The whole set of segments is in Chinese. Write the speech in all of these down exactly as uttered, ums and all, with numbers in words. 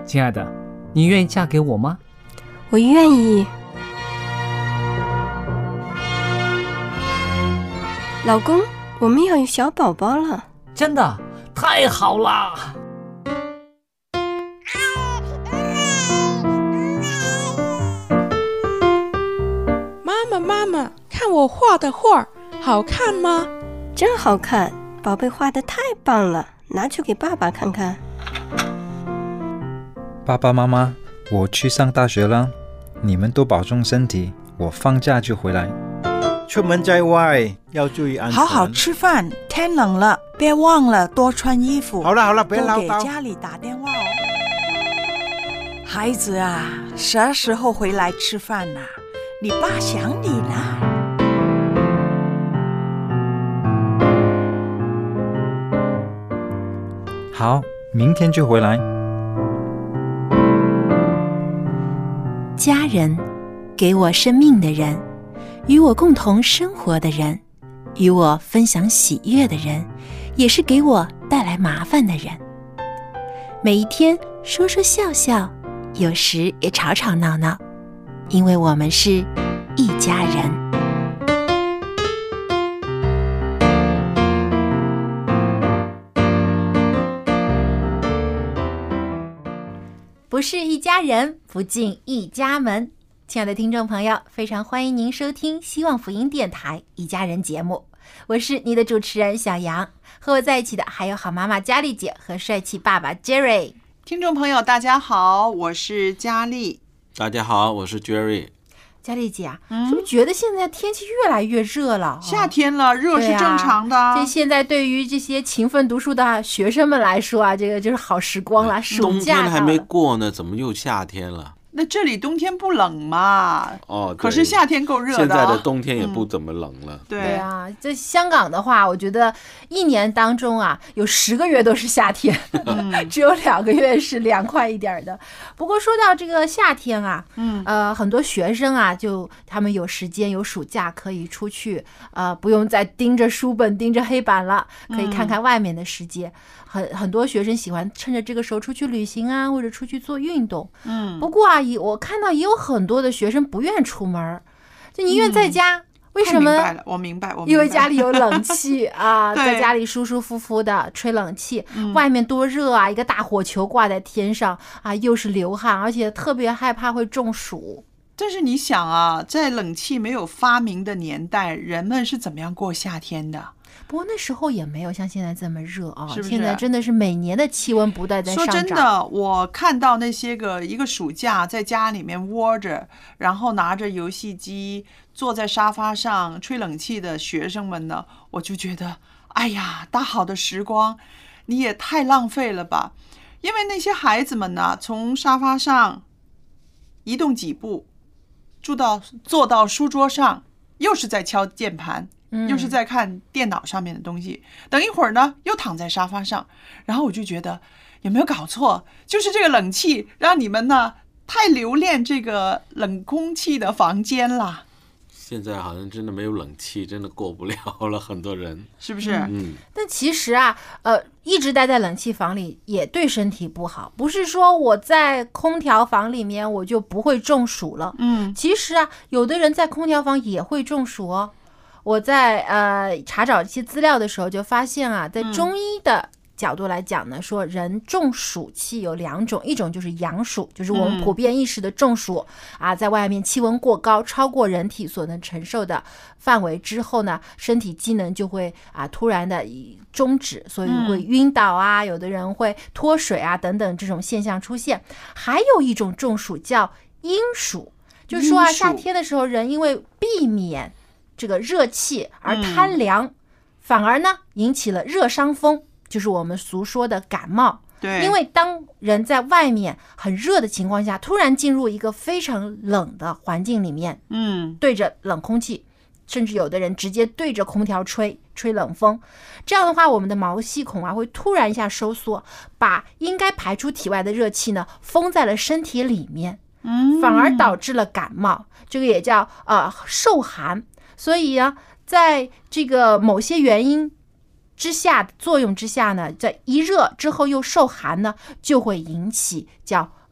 亲爱的，你愿意嫁给我吗？ 我愿意。老公，我们要有小宝宝了。 真的？太好了！ 妈妈，妈妈，看我画的画，好看吗？ 真好看，宝贝画得太棒了，拿去给爸爸看看。 爸爸妈妈，我去上大学了，你们都保重身体，我放假就回来。 出门在外要注意安全。 好好吃饭，天冷了，别忘了多穿衣服。 好了好了，别唠叨。 多给家里打电话哦。孩子啊，啥时候回来吃饭啊？你爸想你啦。 好，明天就回来。 家人，给我生命的人，与我共同生活的人，与我分享喜悦的人，也是给我带来麻烦的人。每一天说说笑笑，有时也吵吵闹闹，因为我们是一家人。不是一家人，不进一家门。亲爱的听众朋友，非常欢迎您收听希望福音电台一家人节目，我是你的主持人小杨，和我在一起的还有好妈妈佳丽姐和帅气爸爸 Jerry。 听众朋友大家好，我是佳丽。 大家好，我是 Jerry。 佳丽姐啊，嗯、是不是觉得现在天气越来越热了？ 夏天了，热是正常的。 啊、这现在对于这些勤奋读书的学生们来说啊，这个就是好时光了。暑假冬天还没过呢，怎么又夏天了？ 那这里冬天不冷嘛？哦，可是夏天够热的。 现在的冬天也不怎么冷了。 嗯、对, 对啊，在香港的话，我觉得一年当中啊，有十个月都是夏天，嗯、只有两个月是凉快一点的。不过说到这个夏天啊，嗯，呃，很多学生啊，就他们有时间有暑假可以出去，呃，不用再盯着书本、盯着黑板了，可以看看外面的世界。嗯很很多学生喜欢趁着这个时候出去旅行啊，或者出去做运动。嗯，不过啊，我看到也有很多的学生不愿出门，就宁愿在家。嗯、为什么？ 明白了，我明白，我明白。 因为家里有冷气啊，在家里舒舒服服的吹冷气，嗯、外面多热啊！一个大火球挂在天上啊，又是流汗，而且特别害怕会中暑。 但是你想啊，在冷气没有发明的年代，人们是怎么样过夏天的？ 不过那时候也没有像现在这么热啊， 是不是？ 现在真的是每年的气温不断在上涨。 说真的，我看到那些个一个暑假在家里面窝着，然后拿着游戏机坐在沙发上吹冷气的学生们呢，我就觉得，哎呀，大好的时光，你也太浪费了吧！因为那些孩子们呢，从沙发上移动几步，坐到坐到书桌上，又是在敲键盘。又是在看电脑上面的东西，等一会儿呢又躺在沙发上，然后我就觉得有没有搞错，就是这个冷气让你们呢太留恋这个冷空气的房间了。 现在好像真的没有冷气，真的过不了了，很多人是不是？ 嗯。 但其实啊，呃，一直待在冷气房里也对身体不好。不是说我在空调房里面我就不会中暑了。嗯，其实啊，有的人在空调房也会中暑哦。我在呃查找一些资料的时候就发现啊，在中医的角度来讲呢，说人中暑气有两种，一种就是阳暑，就是我们普遍意识的中暑、嗯、啊，在外面气温过高，超过人体所能承受的范围之后呢，身体机能就会啊突然的终止，所以会晕倒啊，有的人会脱水啊等等这种现象出现。还有一种中暑叫阴暑，就是说啊，夏天的时候人因为避免这个热气而贪凉、嗯、反而呢引起了热伤风，就是我们俗说的感冒。 对， 因为当人在外面很热的情况下，突然进入一个非常冷的环境里面，嗯，对着冷空气，甚至有的人直接对着空调吹吹冷风，这样的话我们的毛细孔啊会突然一下收缩，把应该排出体外的热气呢封在了身体里面，嗯，反而导致了感冒，这个也叫呃受寒。所以呢，在这个某些原因之下作用之下呢，在一热之后又受寒呢，就会引起叫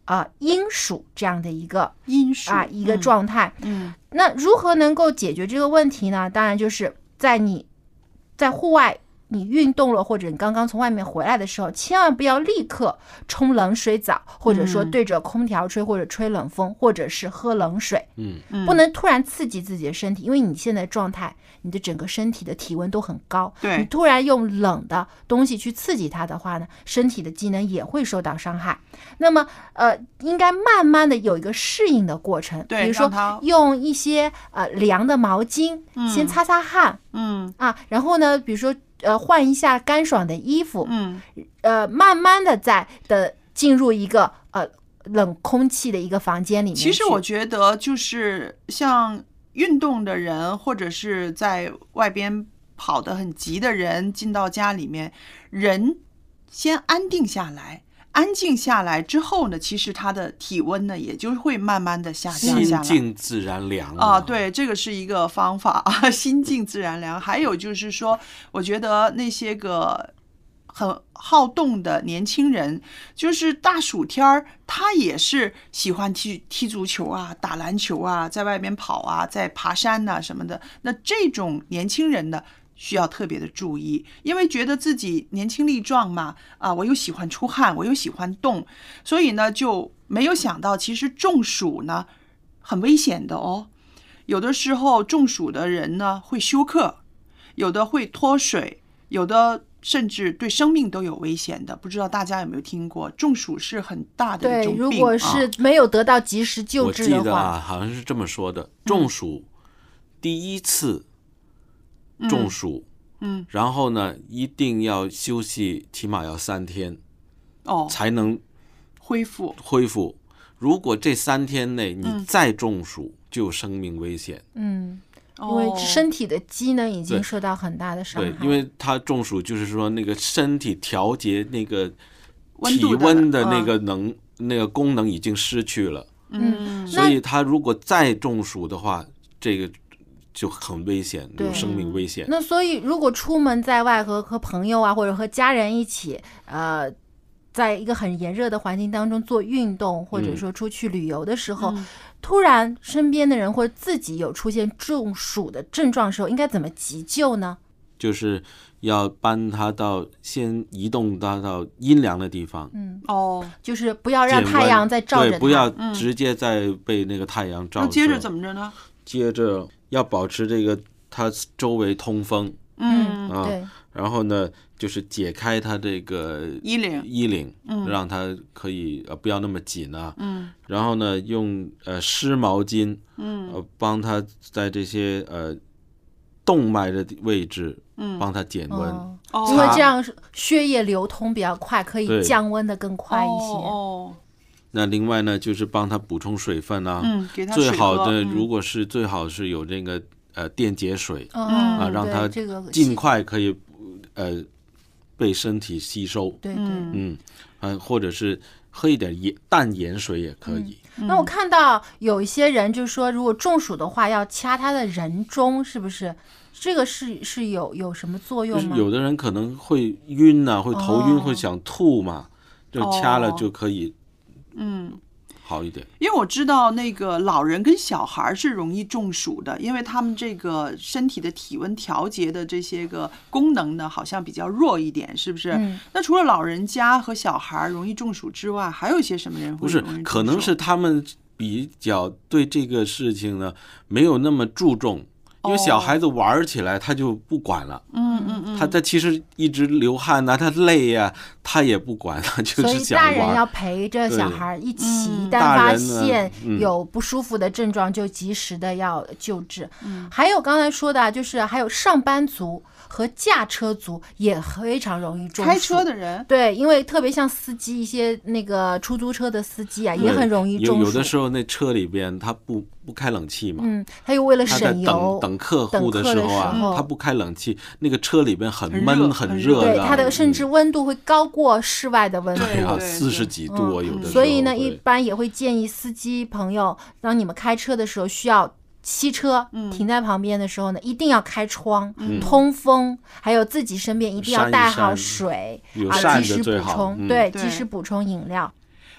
呃阴暑这样的一个阴暑啊一个状态。 嗯， 那如何能够解决这个问题呢？当然就是在你在户外你运动了，或者你刚刚从外面回来的时候，千万不要立刻冲冷水澡，或者说对着空调吹，或者吹冷风，或者是喝冷水。 嗯， 不能突然刺激自己的身体，因为你现在状态，你的整个身体的体温都很高， 对， 你突然用冷的东西去刺激它的话呢，身体的机能也会受到伤害。那么，呃，应该慢慢的有一个适应的过程， 对， 比如说用一些呃凉的毛巾，嗯、先擦擦汗， 嗯啊，然后呢，比如说呃换一下干爽的衣服， 嗯， 呃，慢慢的在的进入一个呃冷空气的一个房间里面。 其实我觉得就是像运动的人，或者是在外边跑得很急的人，进到家里面，人先安定下来。安静下来之后呢，其实他的体温呢也就会慢慢的下降下来。 心静自然凉啊，对，这个是一个方法啊，心静自然凉。还有就是说，我觉得那些个很好动的年轻人，就是大暑天儿，他也是喜欢踢踢足球啊、打篮球啊，在外面跑啊，在爬山呐、啊、什么的。那这种年轻人呢，需要特别的注意，因为觉得自己年轻力壮嘛，啊，我又喜欢出汗，我又喜欢动，所以呢就没有想到，其实中暑呢很危险的哦。有的时候中暑的人呢会休克，有的会脱水，有的甚至对生命都有危险的。不知道大家有没有听过，中暑是很大的一种病。 对，如果是没有得到及时救治的话， 我记得啊，好像是这么说的：中暑、嗯、第一次中暑， 嗯，嗯然后呢，一定要休息，起码要三天， 哦， 才能恢复恢复。如果这三天内你再中暑，嗯、就有生命危险。 嗯，因为身体的机能已经受到很大的伤害。 对，因为他中暑就是说那个身体调节那个体温的那个能、嗯、那个功能已经失去了。 嗯， 所以他如果再中暑的话，这个就很危险，有生命危险。 那所以如果出门在外和和朋友啊，或者和家人一起，呃。在一个很炎热的环境当中做运动，或者说出去旅游的时候、嗯、突然身边的人或者自己有出现中暑的症状的时候，应该怎么急救呢？ 就是要搬他到先移动他到阴凉的地方。 嗯， 哦， 就是不要让太阳再照着他， 对，不要直接再被那个太阳照着、嗯、 那接着怎么着呢？ 接着要保持这个他周围通风。 嗯， 啊， 对。 然后呢，就是解开他这个衣领， 衣领， 嗯， 让他可以呃不要那么紧啊， 嗯。 然后呢，用呃湿毛巾， 嗯， 呃帮他在这些呃动脉的位置， 嗯， 帮他减温， 哦，因为这样血液流通比较快，可以降温的更快一些。 哦。 那另外呢，就是帮他补充水分啊， 嗯，给他水喝。 最好的， 嗯、 如果是最好是有这个。呃，电解水、 嗯、 啊，让它尽快可以、呃被身体吸收。 对对， 嗯，呃，或者是喝一点盐淡盐水也可以。 嗯、那我看到有一些人就是说，如果中暑的话，要掐他的人中，是不是？这个是是有有什么作用吗？ 有的人可能会晕啊，会头晕，哦、会想吐嘛，就掐了就可以。 嗯。 好一点， 因为我知道那个老人跟小孩是容易中暑的，因为他们这个身体的体温调节的这些个功能呢，好像比较弱一点，是不是？ 嗯、 那除了老人家和小孩容易中暑之外，还有一些什么人会容易中暑？ 不是，可能是他们比较对这个事情呢没有那么注重。因为小孩子玩起来他就不管了， 嗯嗯嗯， 他他其实一直流汗呐、啊，他累呀、啊，他也不管，他就是想玩。 所以大人要陪着小孩一起，一旦发现有不舒服的症状，就及时的要救治。 嗯， 还有刚才说的，就是还有上班族和驾车族也非常容易中暑。 开车的人， 对，因为特别像司机，一些那个出租车的司机啊，也很容易中暑。 有有的时候那车里边他不不开冷气嘛， 嗯，他又为了省油， 等等客户的时候啊， 候他不开冷气，那个车里边很闷很热的，对，它的甚至温度会高过室外的温度， 对啊，四十几度啊，有的时候。 所以呢，一般也会建议司机朋友，当你们开车的时候，需要汽车停在旁边的时候呢，嗯、一定要开窗、 嗯、 通风，还有自己身边一定要带好水， 有啊，及时补充， 嗯、 对，及时补充饮料。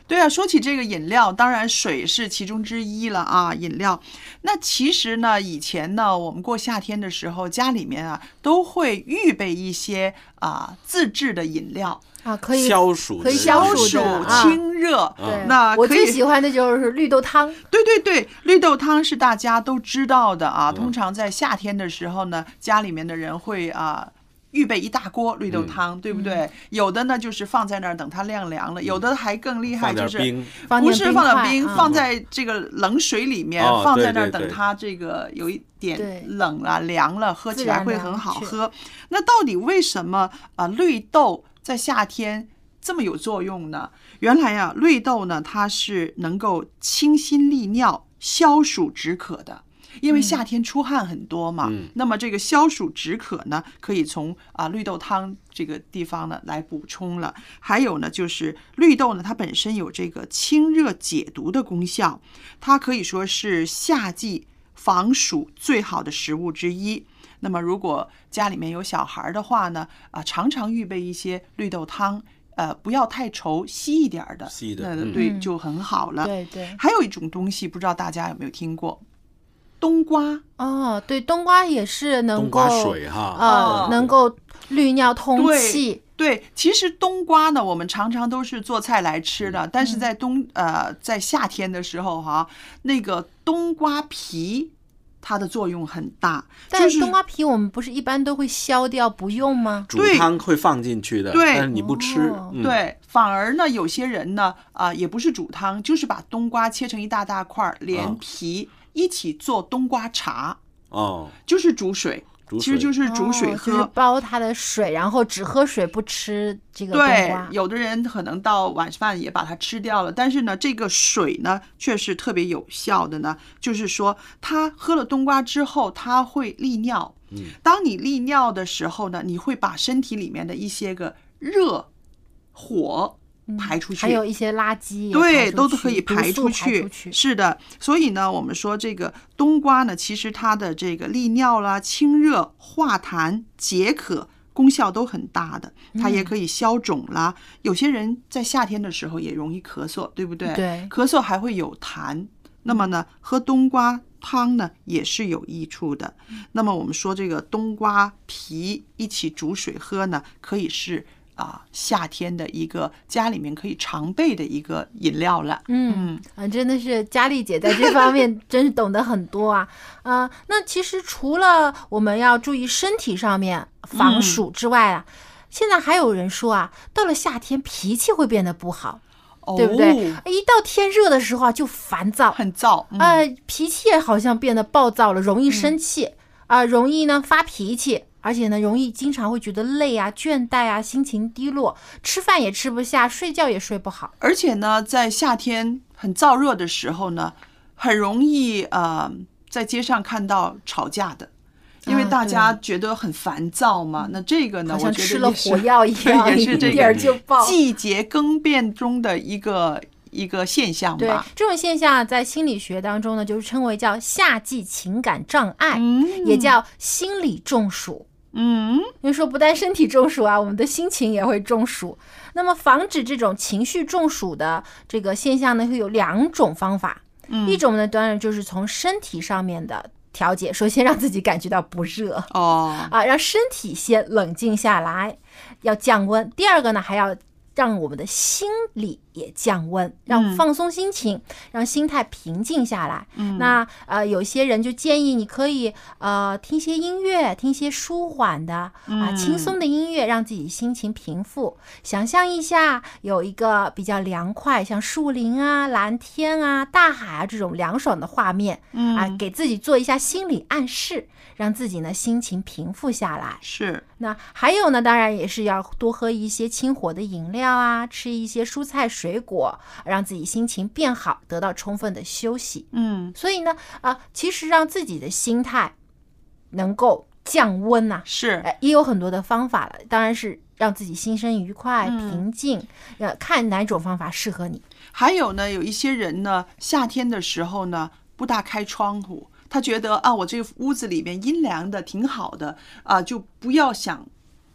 对啊，说起这个饮料，当然水是其中之一了啊。饮料，那其实呢，以前呢，我们过夏天的时候，家里面啊都会预备一些啊自制的饮料啊，可以消暑， 可以消暑清热。 啊、对， 那我最喜欢的就是绿豆汤。 对对对，绿豆汤是大家都知道的啊。通常在夏天的时候呢，家里面的人会啊。预备一大锅绿豆汤，嗯、对不对？嗯、有的呢就是放在那儿等它晾凉了，嗯、有的还更厉害，就是不是放点冰，放在这个冷水里面， 哦、 放在那儿等它这个有一点冷了、凉了，喝起来会很好喝。那到底为什么啊、呃、绿豆在夏天这么有作用呢？原来啊，绿豆呢它是能够清心利尿、消暑止渴的。因为夏天出汗很多嘛，嗯、那么这个消暑止渴呢，可以从啊绿豆汤这个地方呢来补充了。还有呢，就是绿豆呢，它本身有这个清热解毒的功效，它可以说是夏季防暑最好的食物之一。那么如果家里面有小孩的话呢，啊，常常预备一些绿豆汤。呃，不要太稠，稀一点的， 稀的， 那对、嗯、就很好了。 对对。 还有一种东西，不知道大家有没有听过？冬瓜哦，对，冬瓜也是能够冬瓜水哈， 呃，能够利尿通气。 对，对，其实冬瓜呢，我们常常都是做菜来吃的，嗯、但是在冬呃在夏天的时候哈，那个冬瓜皮它的作用很大。 但是冬瓜皮我们不是一般都会削掉不用吗？ 煮汤会放进去的， 对， 但是你不吃， 哦嗯、 对，反而呢，有些人呢啊、呃，也不是煮汤，就是把冬瓜切成一大大块，连皮。哦一起做冬瓜茶哦， 就是煮水， 煮水其实就是煮水喝， 哦、就是煲它的水，然后只喝水不吃这个冬瓜。 对，有的人可能到晚饭也把它吃掉了，但是呢，这个水呢却是特别有效的呢。就是说，他喝了冬瓜之后，他会利尿。嗯，当你利尿的时候呢，你会把身体里面的一些个热火。排出去， 还有一些垃圾， 对，都可以排出去。 出去是的，所以呢，我们说这个冬瓜呢，其实它的这个利尿啦、清热、化痰、解渴功效都很大的。它也可以消肿啦。嗯、有些人在夏天的时候也容易咳嗽，对不对？ 对， 咳嗽还会有痰。那么呢，喝冬瓜汤呢也是有益处的。那么我们说这个冬瓜皮一起煮水喝呢，可以是。啊，夏天的一个家里面可以常备的一个饮料了。 嗯啊，真的是佳丽姐在这方面真是懂得很多啊。啊，那其实除了我们要注意身体上面防暑之外啊，嗯、现在还有人说啊，到了夏天脾气会变得不好。对不对？一到天热的时候啊，就烦躁， 很躁， 嗯、呃，脾气也好像变得暴躁了，容易生气啊、嗯呃，容易呢发脾气。而且呢，容易经常会觉得累啊、倦怠啊、心情低落，吃饭也吃不下，睡觉也睡不好。 而且呢，在夏天很燥热的时候呢，很容易呃在街上看到吵架的，因为大家觉得很烦躁嘛。啊、那这个呢， 好像吃了火药一样， 也是这个季节更变中的一个。一个现象吧。 对，这种现象在心理学当中呢，就是称为叫夏季情感障碍，嗯、也叫心理中暑。 嗯， 因为说不但身体中暑啊，我们的心情也会中暑。那么防止这种情绪中暑的这个现象呢，会有两种方法。嗯，一种呢，当然就是从身体上面的调节，首先让自己感觉到不热哦， 啊，让身体先冷静下来，要降温。第二个呢，还要让我们的心理也降温，让放松心情，嗯、让心态平静下来。嗯、那呃，有些人就建议你可以呃听些音乐，听些舒缓的啊、呃、轻松的音乐，让自己心情平复。想象一下有一个比较凉快，像树林啊、蓝天啊、大海啊这种凉爽的画面，嗯啊、呃，给自己做一下心理暗示，让自己呢心情平复下来。 是。 那还有呢，当然也是要多喝一些清火的饮料啊，吃一些蔬菜水果，让自己心情变好，得到充分的休息。 嗯， 所以呢，啊、呃，其实让自己的心态能够降温呐、啊， 是、 呃，也有很多的方法了。当然是让自己心生愉快、嗯、平静，呃，看哪种方法适合你。 还有呢，有一些人呢，夏天的时候呢，不大开窗户。他觉得啊，我这个屋子里面阴凉的挺好的啊，就不要想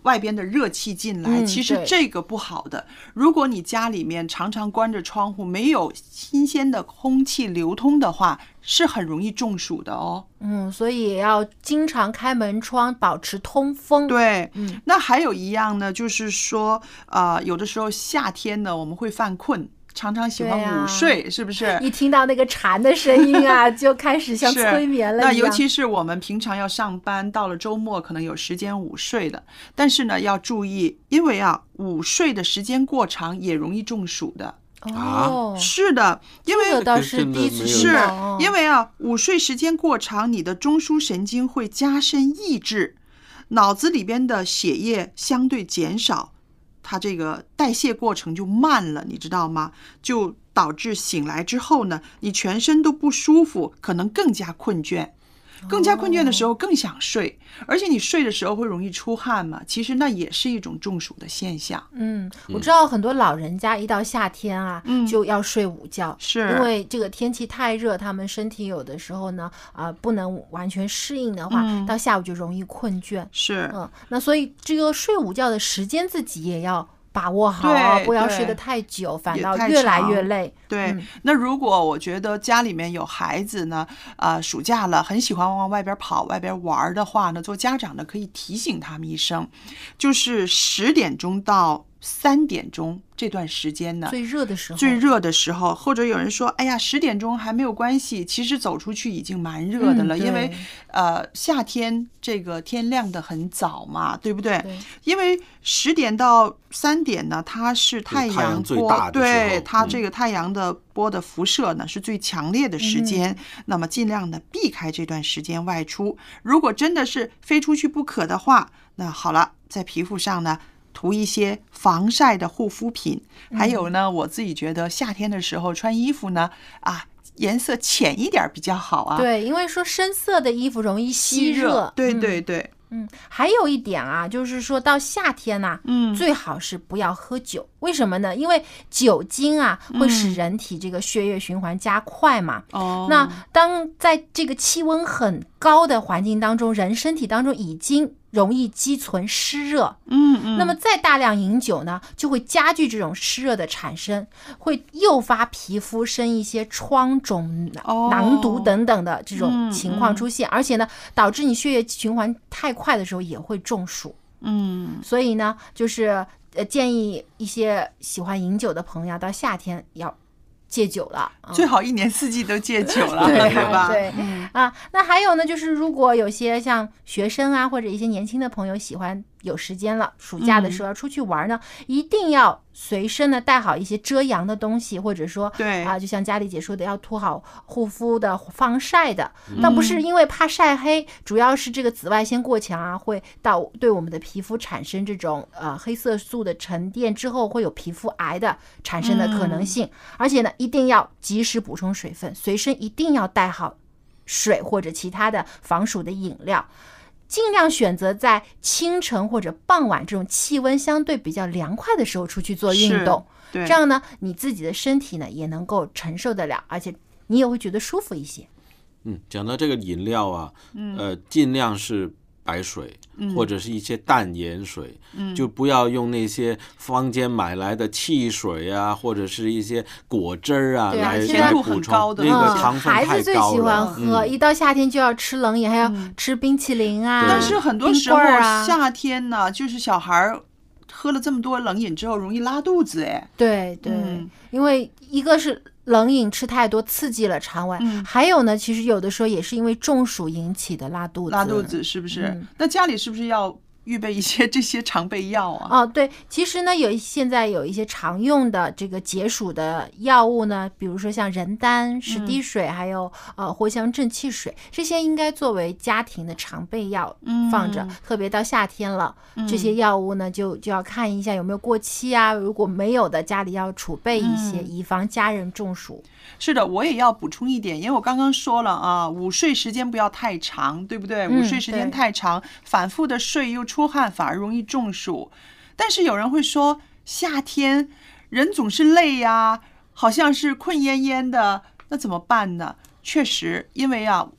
外边的热气进来， 嗯其实这个不好的。如果你家里面常常关着窗户，没有新鲜的空气流通的话，是很容易中暑的哦。 嗯，所以也要经常开门窗，保持通风。 对， 嗯， 那还有一样呢，就是说，呃，有的时候夏天呢，我们会犯困。常常喜欢午睡，啊、是不是？ 一听到那个蝉的声音啊，就开始像催眠了一样。 那尤其是我们平常要上班，到了周末可能有时间午睡的，但是呢要注意，因为啊午睡的时间过长也容易中暑的。 哦， 是的，因为这个倒是第一次听到， 是因为啊午睡时间过长，你的中枢神经会加深抑制，脑子里边的血液相对减少。它这个代谢过程就慢了，你知道吗？就导致醒来之后呢，你全身都不舒服，可能更加困倦。更加困倦的时候更想睡，哦、而且你睡的时候会容易出汗嘛，其实那也是一种中暑的现象。 嗯，我知道很多老人家一到夏天啊，嗯、就要睡午觉， 是因为这个天气太热，他们身体有的时候呢，啊、呃，不能完全适应的话，嗯、到下午就容易困倦。 是， 嗯，那所以这个睡午觉的时间自己也要把握好，不要睡得太久，反倒越来越累。 对、 嗯， 那如果我觉得家里面有孩子呢，呃，暑假了很喜欢往外边跑、外边玩的话呢，做家长的可以提醒他们一声，就是十点钟到三点钟这段时间呢， 最热的时候， 最热的时候，或者有人说，哎呀，十点钟还没有关系，其实走出去已经蛮热的了， 嗯、 因为呃夏天这个天亮的很早嘛，对不对？ 对， 因为十点到三点呢，它是太阳波，对它这个太阳的波的辐射呢是最强烈的时间，嗯、那么尽量的避开这段时间外出。如果真的是非出去不可的话，那好了，在皮肤上呢涂一些防晒的护肤品，还有呢，我自己觉得夏天的时候穿衣服呢，啊，颜色浅一点比较好啊。 对，因为说深色的衣服容易吸热。 对对对。 嗯，还有一点啊，就是说到夏天呐、啊， 嗯， 最好是不要喝酒。为什么呢？因为酒精啊会使人体这个血液循环加快嘛。 哦、嗯， 那当在这个气温很高的环境当中，人身体当中已经容易积存湿热， 嗯嗯， 那么再大量饮酒呢，就会加剧这种湿热的产生，会诱发皮肤生一些疮肿、 哦、 囊毒等等的这种情况出现，嗯嗯、而且呢，导致你血液循环太快的时候也会中暑。 嗯， 所以呢，就是呃建议一些喜欢饮酒的朋友，到夏天要戒酒了， 嗯、最好一年四季都戒酒了， 对, 对吧？ 对、嗯、啊，那还有呢，就是如果有些像学生啊，或者一些年轻的朋友喜欢有时间了，暑假的时候要出去玩呢，嗯、一定要随身呢带好一些遮阳的东西，或者说对啊，就像佳丽姐说的，要涂好护肤的、防晒的。倒不是因为怕晒黑，主要是这个紫外线过强啊，会到对我们的皮肤产生这种呃黑色素的沉淀之后，会有皮肤癌的产生的可能性。嗯、而且呢，一定要及时补充水分，随身一定要带好水或者其他的防暑的饮料。尽量选择在清晨或者傍晚这种气温相对比较凉快的时候出去做运动， 这样呢，你自己的身体呢也能够承受得了，而且你也会觉得舒服一些。 嗯，讲到这个饮料啊， 嗯、 呃，尽量是白水、 嗯、 或者是一些淡盐水、 嗯， 就不要用那些坊间买来的汽水啊，或者是一些果汁儿啊， 啊来来补充， 那个糖分太高了。 孩子最喜欢喝， 嗯、 一到夏天就要吃冷饮，还要吃冰淇淋啊。 但是很多时候、 啊、 夏天呢，就是小孩喝了这么多冷饮之后容易拉肚子，哎， 对对、嗯，因为一个是冷饮吃太多刺激了肠胃、 嗯， 还有呢，其实有的时候也是因为中暑引起的拉肚子。 拉肚子是不是？ 嗯、 那家里是不是要预备一些这些常备药啊？ 哦，对，其实呢，有现在有一些常用的这个解暑的药物呢，比如说像人丹、十滴水，嗯、还有呃藿香正气水，这些应该作为家庭的常备药放着。嗯、特别到夏天了，嗯、这些药物呢就就要看一下有没有过期啊，如果没有的，家里要储备一些，嗯、以防家人中暑。 是的，我也要补充一点，因为我刚刚说了啊，午睡时间不要太长，对不对？ 嗯、 午睡时间太长，反复的睡又出汗，反而容易中暑。但是有人会说，夏天人总是累呀、啊，好像是困恹恹的，那怎么办呢？确实，因为啊，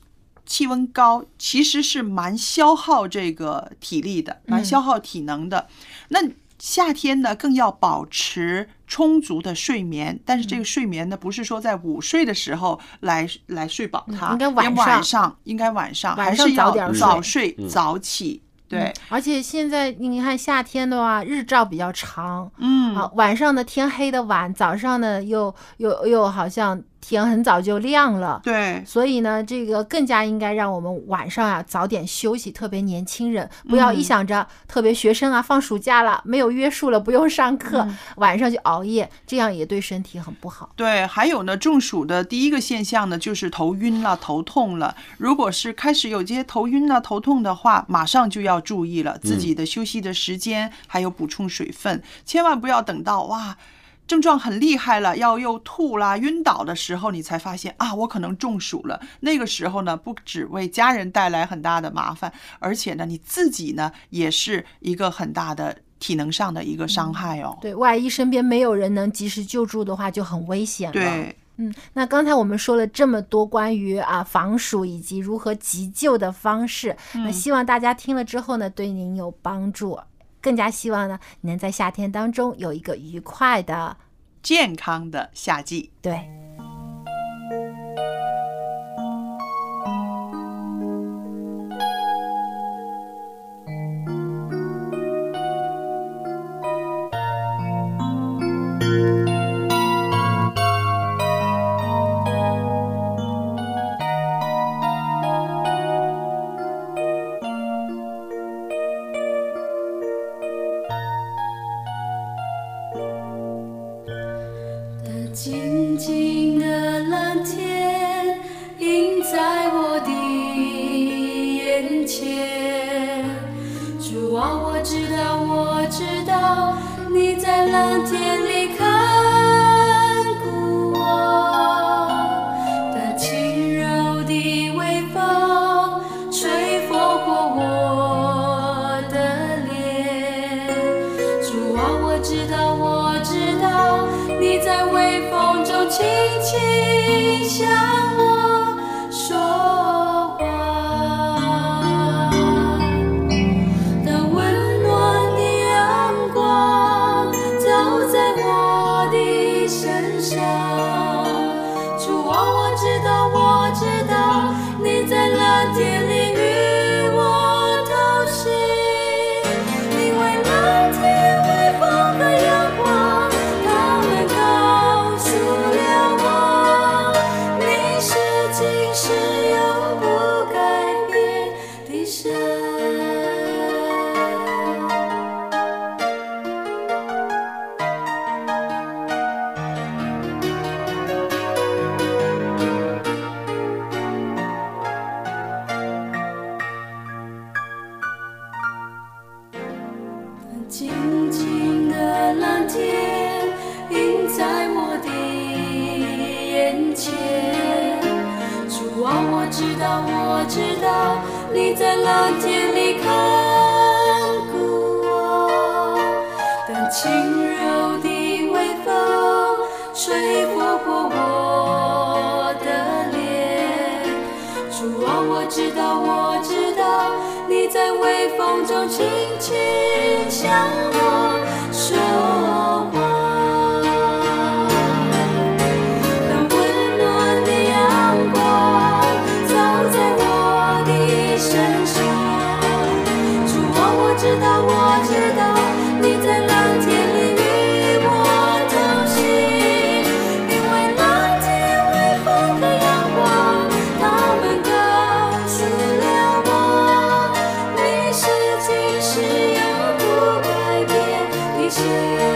气温高，其实是蛮消耗这个体力的，蛮消耗体能的。嗯、那夏天呢，更要保持充足的睡眠，但是这个睡眠呢，不是说在午睡的时候来来睡饱它， 应该晚上， 晚上应该晚上， 晚上还是要早点睡早睡、嗯、早起。对、嗯， 而且现在你看夏天的话，日照比较长， 嗯啊，晚上的天黑的晚，早上呢又又又好像天很早就亮了， 对， 所以呢，这个更加应该让我们晚上啊早点休息，特别年轻人不要一想着、嗯、特别学生啊放暑假了没有约束了不用上课、嗯，晚上就熬夜，这样也对身体很不好。 对，还有呢，中暑的第一个现象呢就是头晕了、头痛了。如果是开始有这些头晕了、头痛的话，马上就要注意了自己的休息的时间，嗯、还有补充水分，千万不要等到哇。症状很厉害了，要又吐啦、晕倒的时候，你才发现啊，我可能中暑了。那个时候呢，不只为家人带来很大的麻烦，而且呢，你自己呢也是一个很大的体能上的一个伤害哦。 嗯、对，万一身边没有人能及时救助的话，就很危险了。 对。 嗯，那刚才我们说了这么多关于啊防暑以及如何急救的方式，嗯、那希望大家听了之后呢，对您有帮助。更加希望呢，你能在夏天当中有一个愉快的、 健康的夏季。 对。 静静的蓝天映在我的眼前，主啊，我知道，我知道你在蓝天里看顾我，的轻柔的微风吹拂过我的脸，主啊，我知道，我知道你在微风中轻轻向我说话，当温暖的阳光照在我的身上，主啊，我知道，我知道你在蓝天里与我同行，因为蓝天微风和阳光静静的蓝天映在我的眼前，主啊，我知道，我知道你在蓝天里看顾我，当轻柔的微风吹拂过我的脸，主啊，我知道，我知道你在微风中轻轻向我说话，当温暖的阳光照在我的身上，主啊，我知道，我知道你在蓝天里与我同行，因为蓝天微风和阳光它们告诉了我，你是今世永不改变的神。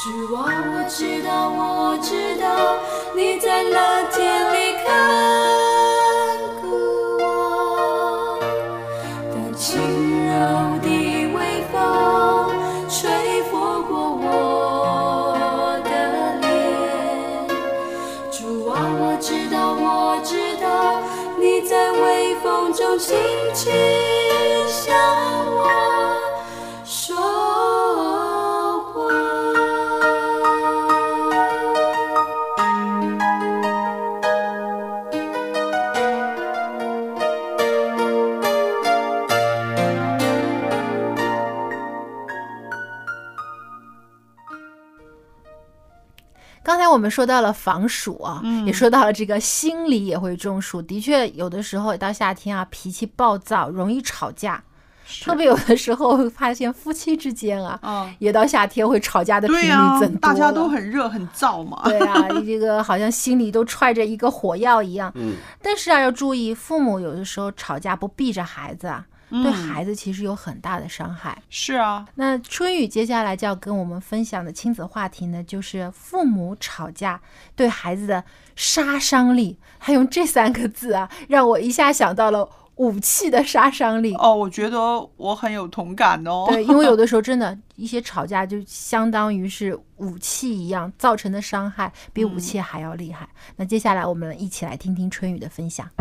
主啊，我知道，我知道，你在蓝天里看顾我，但轻柔的微风吹拂过我的脸。主啊，我知道，我知道，你在微风中轻轻向我说话。 刚才我们说到了防暑啊， 嗯也说到了这个心理也会中暑。的确，有的时候到夏天啊，脾气暴躁，容易吵架。特别有的时候会发现夫妻之间啊， 嗯也到夏天会吵架的频率对啊增多了。 大家都很热很燥嘛。 对啊，这个好像心里都揣着一个火药一样。 嗯， 但是啊，要注意，父母有的时候吵架不避着孩子啊，对孩子其实有很大的伤害。 是啊， 那春雨接下来就要跟我们分享的亲子话题呢，就是父母吵架对孩子的杀伤力。他用这三个字啊，让我一下想到了武器的杀伤力。 哦，我觉得我很有同感哦。 对，因为有的时候真的，一些吵架就相当于是武器一样，造成的伤害比武器还要厉害。嗯、那接下来我们一起来听听春雨的分享。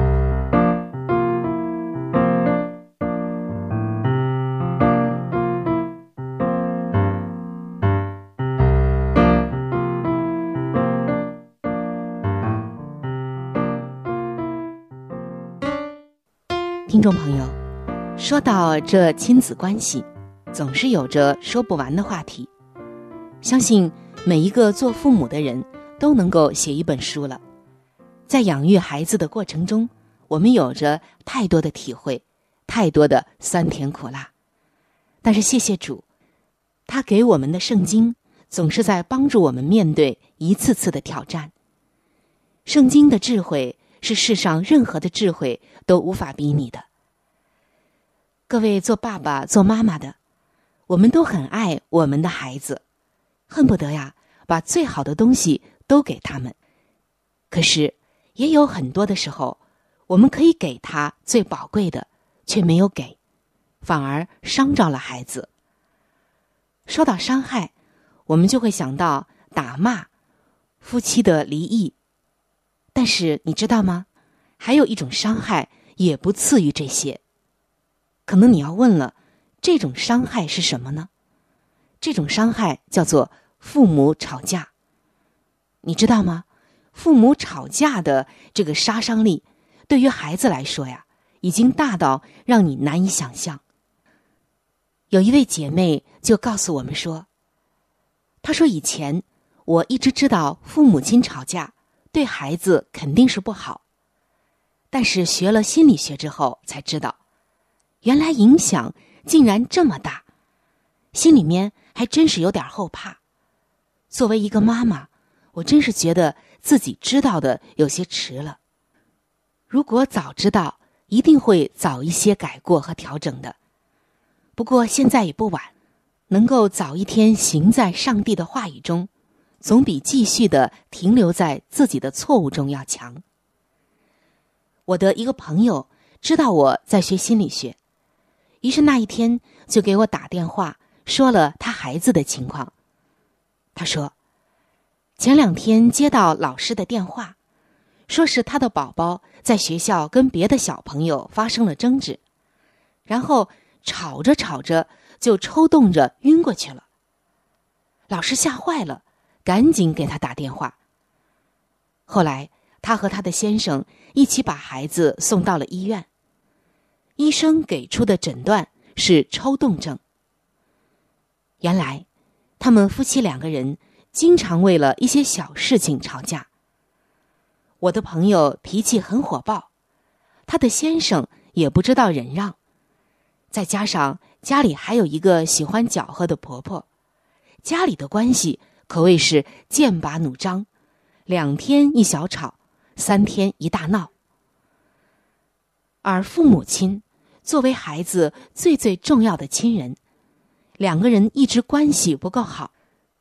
听众朋友，说到这亲子关系，总是有着说不完的话题。相信每一个做父母的人都能够写一本书了。在养育孩子的过程中，我们有着太多的体会，太多的酸甜苦辣。但是谢谢主，他给我们的圣经总是在帮助我们面对一次次的挑战。圣经的智慧是世上任何的智慧都无法比拟的。各位做爸爸做妈妈的，我们都很爱我们的孩子，恨不得呀把最好的东西都给他们。可是也有很多的时候，我们可以给他最宝贵的，却没有给，反而伤着了孩子。说到伤害，我们就会想到打骂、夫妻的离异。但是你知道吗？还有一种伤害也不次于这些。可能你要问了，这种伤害是什么呢？这种伤害叫做父母吵架。你知道吗？父母吵架的这个杀伤力，对于孩子来说呀，已经大到让你难以想象。有一位姐妹就告诉我们说，她说以前我一直知道父母亲吵架对孩子肯定是不好，但是学了心理学之后才知道，原来影响竟然这么大，心里面还真是有点后怕。作为一个妈妈，我真是觉得自己知道的有些迟了。如果早知道，一定会早一些改过和调整的。不过现在也不晚，能够早一天行在上帝的话语中，总比继续的停留在自己的错误中要强。我的一个朋友知道我在学心理学，于是那一天就给我打电话，说了他孩子的情况。他说，前两天接到老师的电话，说是他的宝宝在学校跟别的小朋友发生了争执，然后吵着吵着就抽动着晕过去了。老师吓坏了，赶紧给他打电话。后来他和他的先生一起把孩子送到了医院，医生给出的诊断是抽动症。原来他们夫妻两个人经常为了一些小事情吵架。我的朋友脾气很火爆，他的先生也不知道忍让，再加上家里还有一个喜欢搅和的婆婆，家里的关系可谓是剑拔弩张，两天一小吵，三天一大闹。而父母亲作为孩子最最重要的亲人，两个人一直关系不够好，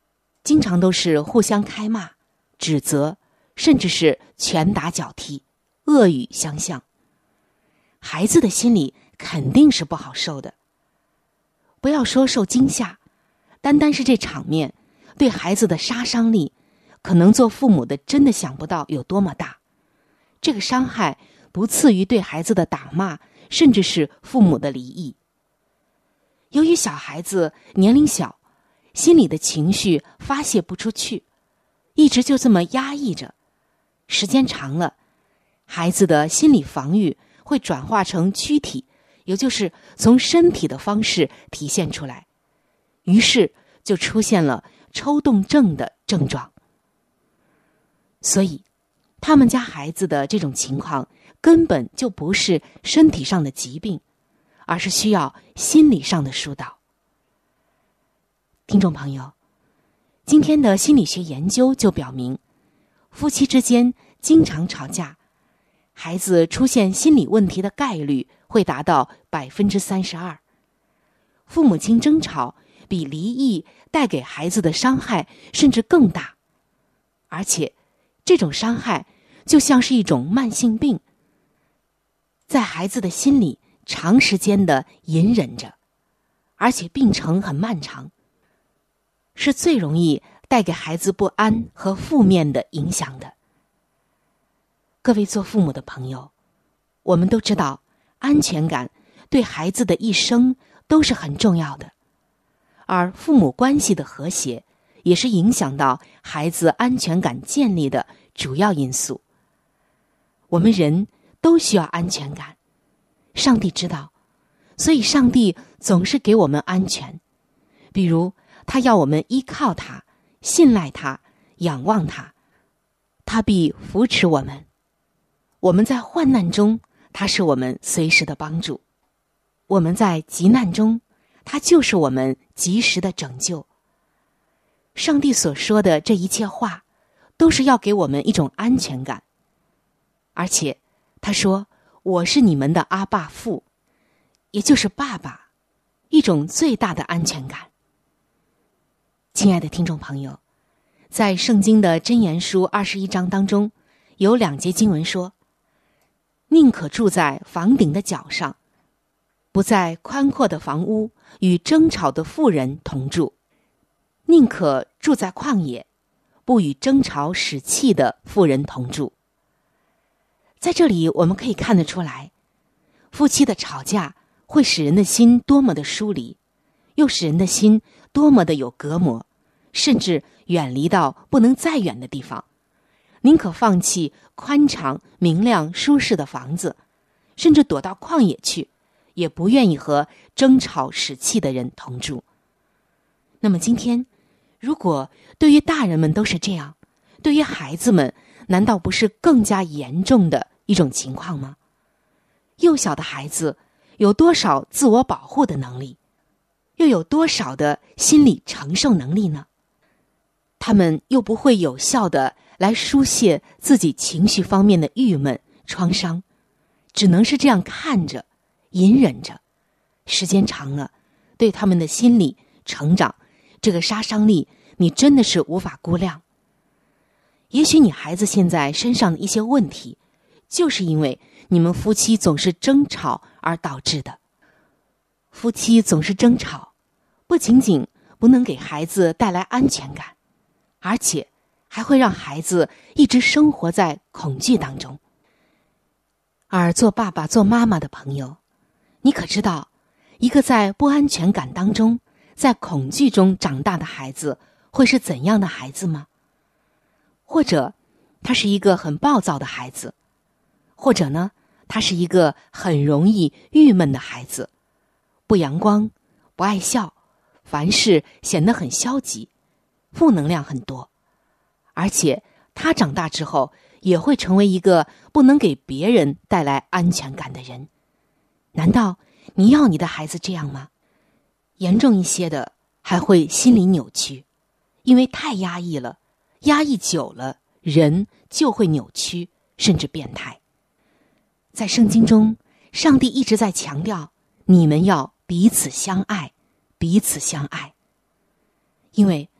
经常都是互相开骂、指责，甚至是拳打脚踢、恶语相向。孩子的心里肯定是不好受的。不要说受惊吓，单单是这场面对孩子的杀伤力，可能做父母的真的想不到有多么大。这个伤害不次于对孩子的打骂，甚至是父母的离异。由于小孩子年龄小，心里的情绪发泄不出去，一直就这么压抑着，时间长了，孩子的心理防御会转化成躯体，也就是从身体的方式体现出来，于是就出现了抽动症的症状。所以他们家孩子的这种情况根本就不是身体上的疾病，而是需要心理上的疏导。听众朋友，今天的心理学研究就表明，夫妻之间经常吵架，孩子出现心理问题的概率会达到百分之三十二。父母亲争吵比离异带给孩子的伤害甚至更大，而且这种伤害就像是一种慢性病，在孩子的心里长时间的隐忍着，而且病程很漫长，是最容易带给孩子不安和负面的影响的。各位做父母的朋友，我们都知道安全感对孩子的一生都是很重要的，而父母关系的和谐也是影响到孩子安全感建立的主要因素。我们人都需要安全感，上帝知道，所以上帝总是给我们安全。比如他要我们依靠他，信赖他，仰望他，他必扶持我们。我们在患难中，他是我们随时的帮助；我们在急难中，他就是我们及时的拯救。上帝所说的这一切话，都是要给我们一种安全感。而且他说，我是你们的阿爸父，也就是爸爸，一种最大的安全感。亲爱的听众朋友，在圣经的箴言书二十一章当中，有两节经文说，宁可住在房顶的角上，不在宽阔的房屋与争吵的妇人同住；宁可住在旷野，不与争吵使气的妇人同住。在这里我们可以看得出来，夫妻的吵架会使人的心多么的疏离，又使人的心多么的有隔膜，甚至远离到不能再远的地方，宁可放弃宽敞、明亮、舒适的房子，甚至躲到旷野去，也不愿意和争吵使气的人同住。那么今天，如果对于大人们都是这样，对于孩子们难道不是更加严重的一种情况吗？幼小的孩子有多少自我保护的能力，又有多少的心理承受能力呢？他们又不会有效的来疏泄自己情绪方面的郁闷、创伤，只能是这样看着、隐忍着，时间长了，对他们的心理成长，这个杀伤力你真的是无法估量。也许你孩子现在身上的一些问题，就是因为你们夫妻总是争吵而导致的。夫妻总是争吵，不仅仅不能给孩子带来安全感，而且还会让孩子一直生活在恐惧当中。而做爸爸做妈妈的朋友，你可知道，一个在不安全感当中，在恐惧中长大的孩子会是怎样的孩子吗？或者他是一个很暴躁的孩子，或者呢，他是一个很容易郁闷的孩子，不阳光，不爱笑，凡事显得很消极，负能量很多。而且他长大之后也会成为一个不能给别人带来安全感的人。难道你要你的孩子这样吗？严重一些的还会心理扭曲，因为太压抑了，压抑久了，人就会扭曲，甚至变态。在圣经中，上帝一直在强调，你们要彼此相爱，彼此相爱。因为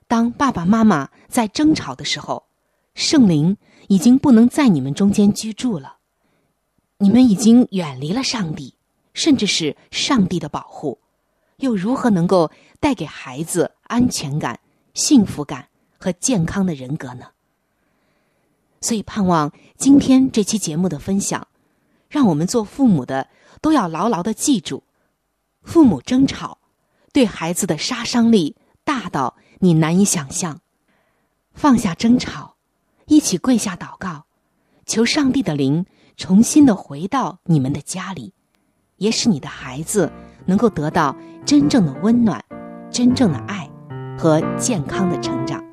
当爸爸妈妈在争吵的时候，圣灵已经不能在你们中间居住了，你们已经远离了上帝，甚至是上帝的保护，又如何能够带给孩子安全感、幸福感和健康的人格呢？所以盼望今天这期节目的分享，让我们做父母的都要牢牢地记住，父母争吵对孩子的杀伤力大到你难以想象。放下争吵，一起跪下祷告，求上帝的灵重新的回到你们的家里，也使你的孩子能够得到真正的温暖、真正的爱和健康的成长。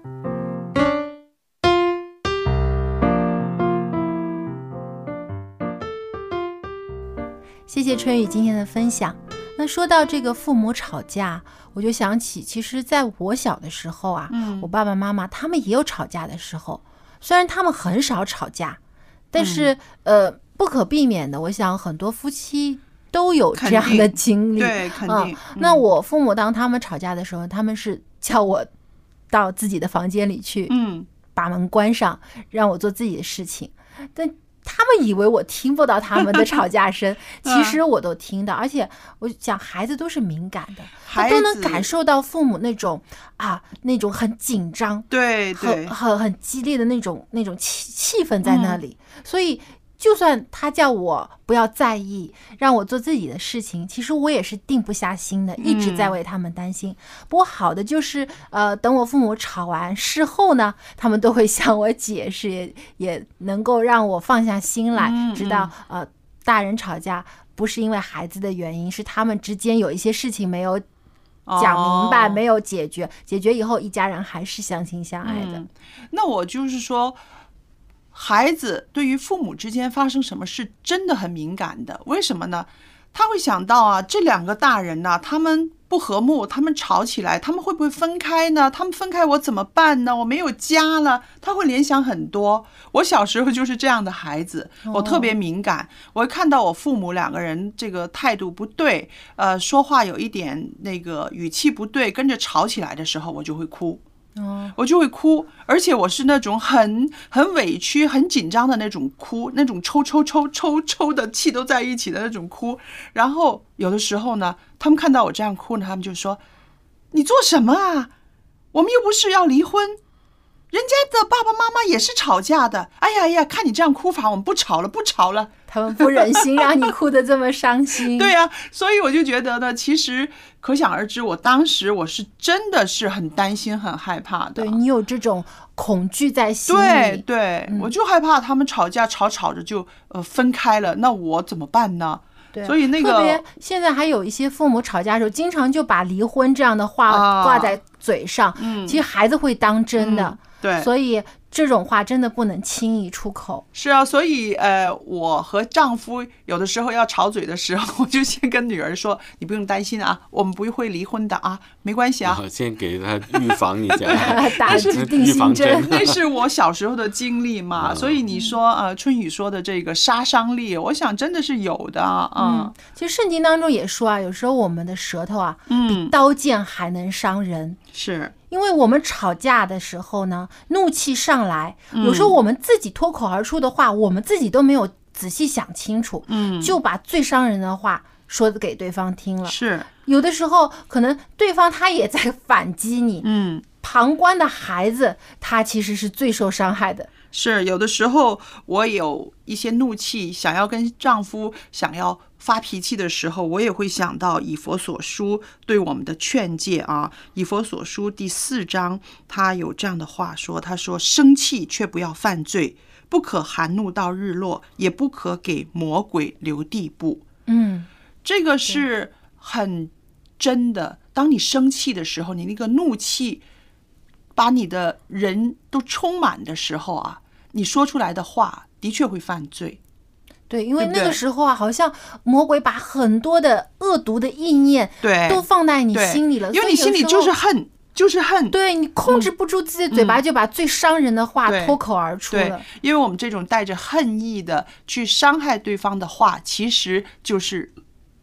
谢谢春雨今天的分享。那说到这个父母吵架，我就想起，其实在我小的时候啊，嗯、我爸爸妈妈他们也有吵架的时候，虽然他们很少吵架，但是、嗯、呃，不可避免的，我想很多夫妻都有这样的经历。 对，肯定、嗯嗯。那我父母当他们吵架的时候，他们是叫我到自己的房间里去，嗯，把门关上，让我做自己的事情。但他们以为我听不到他们的吵架声，其实我都听到。而且我想，孩子都是敏感的，他都能感受到父母那种啊，那种很紧张， 对对， 很很很激烈的那种那种气气氛在那里，嗯、所以。就算他叫我不要在意，让我做自己的事情，其实我也是定不下心的，一直在为他们担心。嗯、不过好的就是，呃，等我父母吵完事后呢，他们都会向我解释，也也能够让我放下心来，嗯、知道呃，大人吵架不是因为孩子的原因，是他们之间有一些事情没有讲明白，哦、没有解决，解决以后一家人还是相亲相爱的。 嗯、那我就是说。孩子对于父母之间发生什么事真的很敏感的，为什么呢？他会想到啊，这两个大人呢、啊，他们不和睦，他们吵起来，他们会不会分开呢？他们分开我怎么办呢？我没有家了，他会联想很多。我小时候就是这样的孩子，我特别敏感，我会看到我父母两个人这个态度不对，呃，说话有一点那个语气不对，跟着吵起来的时候，我就会哭。我就会哭，而且我是那种很很委屈、很紧张的那种哭，那种抽抽抽抽抽的气都在一起的那种哭。然后有的时候呢，他们看到我这样哭呢，他们就说：“你做什么啊？我们又不是要离婚，人家的爸爸妈妈也是吵架的。哎呀哎呀，看你这样哭法，我们不吵了，不吵了。” 他们不忍心让你哭得这么伤心。 对呀、啊，所以我就觉得呢，其实可想而知，我当时我是真的是很担心、很害怕的。 对，你有这种恐惧在心里。 对对、嗯，我就害怕他们吵架吵吵着就呃分开了，那我怎么办呢？ 对， 所以那个特别现在还有一些父母吵架的时候，经常就把离婚这样的话挂在嘴上，嗯、其实孩子会当真的。嗯、 对， 所以这种话真的不能轻易出口。 是啊，所以呃，我和丈夫有的时候要吵嘴的时候，我就先跟女儿说：“你不用担心啊，我们不会离婚的啊，没关系啊。” 先给他预防一下， 打指定心针。 那是我小时候的经历嘛，所以你说呃，春雨说的这个杀伤力，我想真的是有的啊。 嗯，其实圣经当中也说啊，有时候我们的舌头啊，嗯、比刀剑还能伤人。 是。 因为我们吵架的时候呢，怒气上来，有时候我们自己脱口而出的话，嗯、我们自己都没有仔细想清楚，嗯，就把最伤人的话说给对方听了。 是， 有的时候可能对方他也在反击你， 嗯， 旁观的孩子他其实是最受伤害的。 是，有的时候我有一些怒气，想要跟丈夫想要发脾气的时候，我也会想到以弗所书对我们的劝诫啊。以弗所书第四章，他有这样的话说，他说：“生气却不要犯罪，不可含怒到日落，也不可给魔鬼留地步。” 嗯， 这个是很真的。当你生气的时候，你那个怒气把你的人都充满的时候啊，你说出来的话的确会犯罪。 对，因为那个时候啊，好像魔鬼把很多的恶毒的意念对都放在你心里了， 因为你心里就是恨，就是恨。 对，你控制不住自己的嘴巴，就把最伤人的话脱口而出了。 对，对，因为我们这种带着恨意的去伤害对方的话，其实就是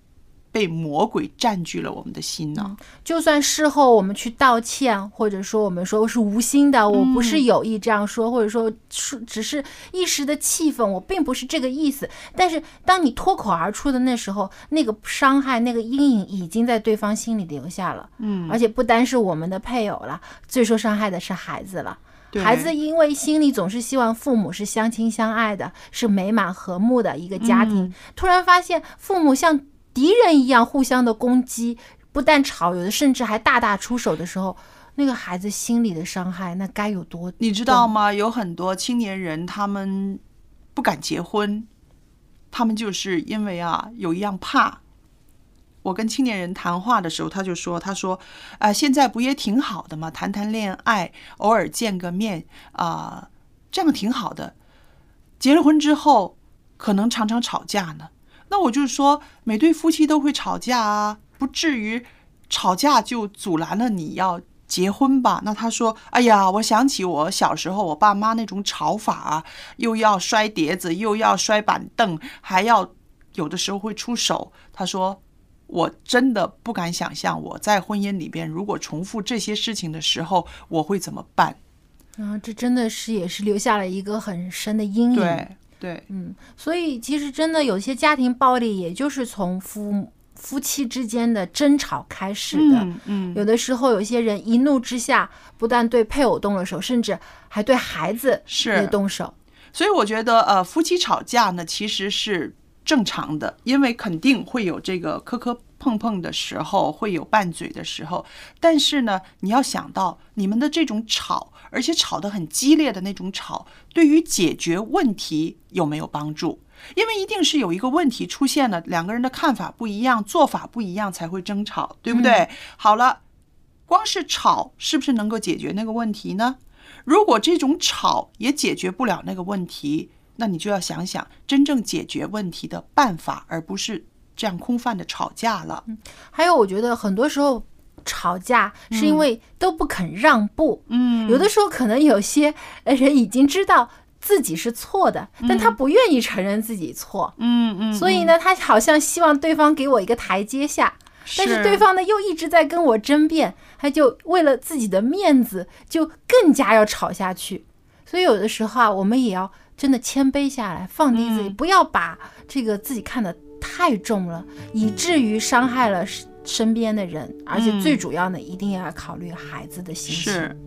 被魔鬼占据了我们的心呢、 嗯？就算事后我们去道歉，或者说我们说是无心的，我不是有意这样说，嗯、或者说只是一时的气愤，我并不是这个意思。但是当你脱口而出的那时候，那个伤害、那个阴影已经在对方心里留下了。嗯，而且不单是我们的配偶了，最受伤害的是孩子了。孩子因为心里总是希望父母是相亲相爱的，是美满和睦的一个家庭，嗯、突然发现父母像敌人一样互相的攻击，不但吵，有的甚至还大打出手的时候，那个孩子心里的伤害那该有多？ 你知道吗？有很多青年人他们不敢结婚，他们就是因为啊有一样怕。我跟青年人谈话的时候，他就说：“他说，啊、呃，现在不也挺好的吗？谈谈恋爱，偶尔见个面啊、呃，这样挺好的。结了婚之后，可能常常吵架呢。那我就说，每对夫妻都会吵架啊，不至于吵架就阻拦了你要结婚吧？”那他说：“哎呀，我想起我小时候我爸妈那种吵法啊，又要摔碟子，又要摔板凳，还要有的时候会出手。”他说。我真的不敢想象我在婚姻里边如果重复这些事情的时候我会怎么办啊？这真的是也是留下了一个很深的阴影。 对对， 嗯，所以其实真的有些家庭暴力也就是从夫夫妻之间的争吵开始的。 嗯嗯， 有的时候有些人一怒之下不但对配偶动了手，甚至还对孩子也动手。 所以我觉得呃，夫妻吵架呢其实是正常的，因为肯定会有这个磕磕碰碰的时候，会有拌嘴的时候，但是呢你要想到你们的这种吵，而且吵得很激烈的那种吵，对于解决问题有没有帮助？因为一定是有一个问题出现了，两个人的看法不一样，做法不一样才会争吵，对不对？嗯、好了，光是吵是不是能够解决那个问题呢？如果这种吵也解决不了那个问题，那你就要想想真正解决问题的办法，而不是这样空泛的吵架了。 嗯、还有我觉得很多时候吵架是因为都不肯让步。嗯，有的时候可能有些人已经知道自己是错的，但他不愿意承认自己错。嗯嗯，所以呢他好像希望对方给我一个台阶下，但是对方呢又一直在跟我争辩，他就为了自己的面子就更加要吵下去。所以有的时候啊，我们也要真的谦卑下来，放低自己，嗯、不要把这个自己看得太重了，以至于伤害了身边的人。而且最主要的，一定要考虑孩子的心情。 是。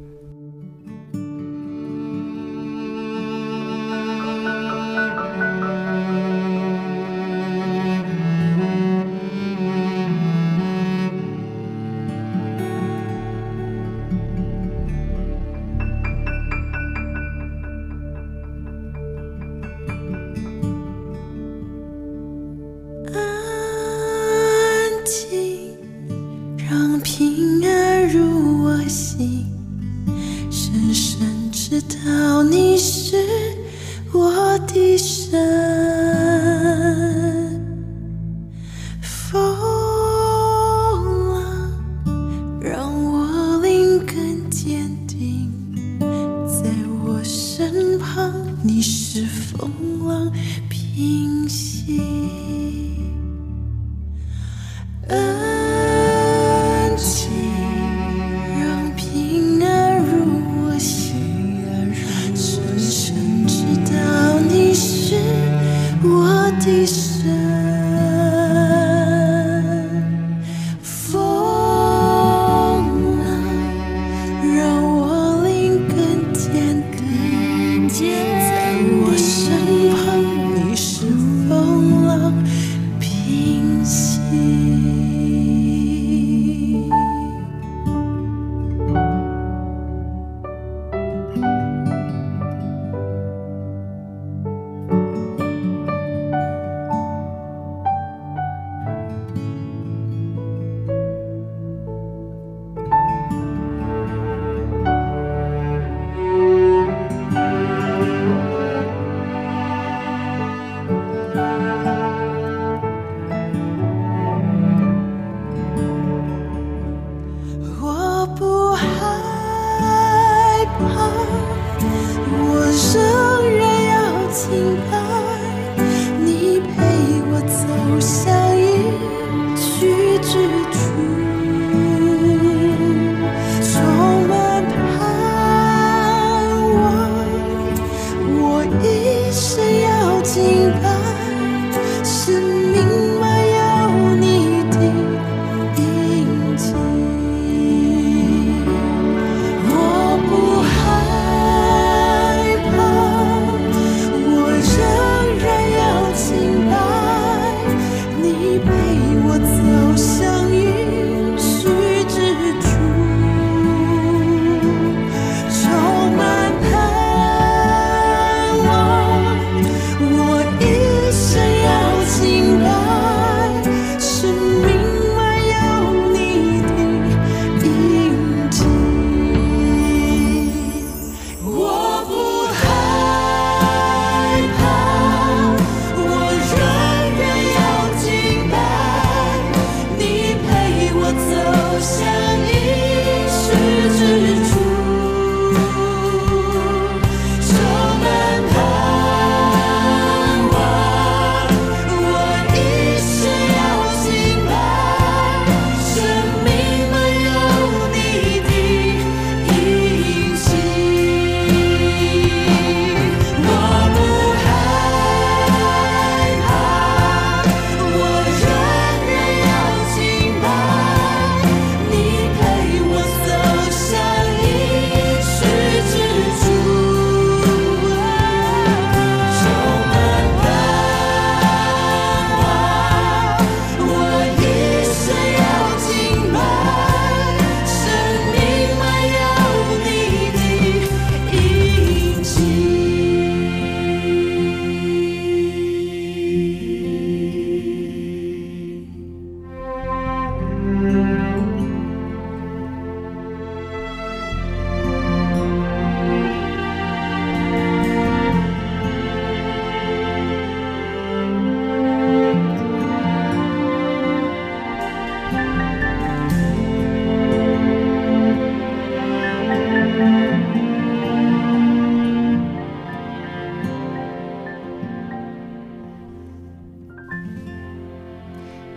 在我身旁，你是风浪。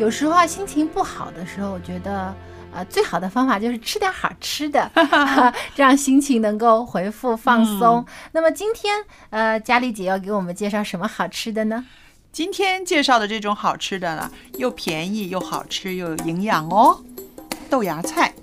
有时候啊，心情不好的时候，我觉得呃，最好的方法就是吃点好吃的，这样心情能够回复放松。嗯、那么今天呃，佳丽姐要给我们介绍什么好吃的呢？ 今天介绍的这种好吃的呢，又便宜又好吃又有营养哦，豆芽菜。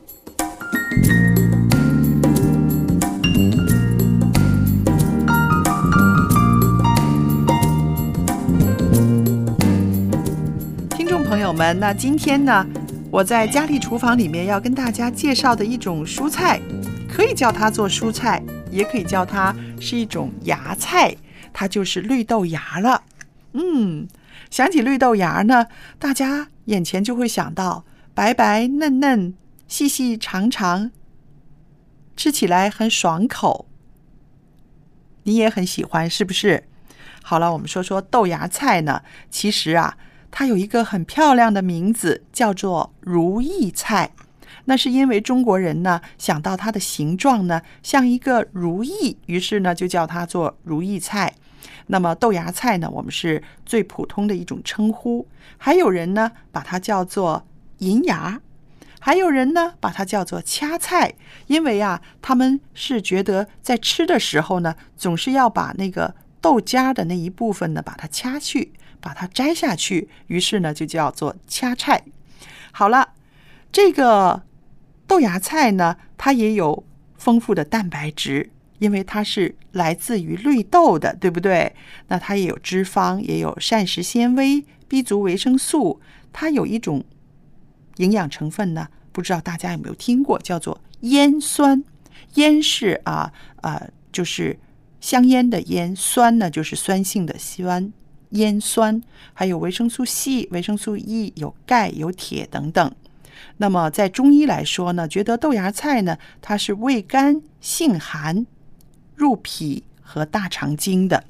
听众朋友们，那今天呢，我在佳丽厨房里面要跟大家介绍的一种蔬菜，可以叫它做蔬菜，也可以叫它是一种芽菜，它就是绿豆芽了。嗯，想起绿豆芽呢，大家眼前就会想到白白嫩嫩、细细长长，吃起来很爽口。你也很喜欢，是不是？好了，我们说说豆芽菜呢，其实啊，它有一个很漂亮的名字，叫做如意菜。那是因为中国人呢想到它的形状呢像一个如意，于是呢就叫它做如意菜。那么豆芽菜呢，我们是最普通的一种称呼，还有人呢把它叫做银芽，还有人呢把它叫做掐菜，因为啊他们是觉得在吃的时候呢总是要把那个豆荚的那一部分呢把它掐去，把它摘下去，于是呢就叫做掐菜。好了，这个豆芽菜呢它也有丰富的蛋白质，因为它是来自于绿豆的，对不对？那它也有脂肪，也有膳食纤维、B 族维生素，它有一种营养成分呢，不知道大家有没有听过，叫做烟酸。烟是啊啊，就是香烟的烟，酸呢就是酸性的酸，烟酸。还有维生素 C、维生素 E， 有钙、有铁等等。那么在中医来说呢，觉得豆芽菜呢，它是味甘性寒，入脾和大肠经的。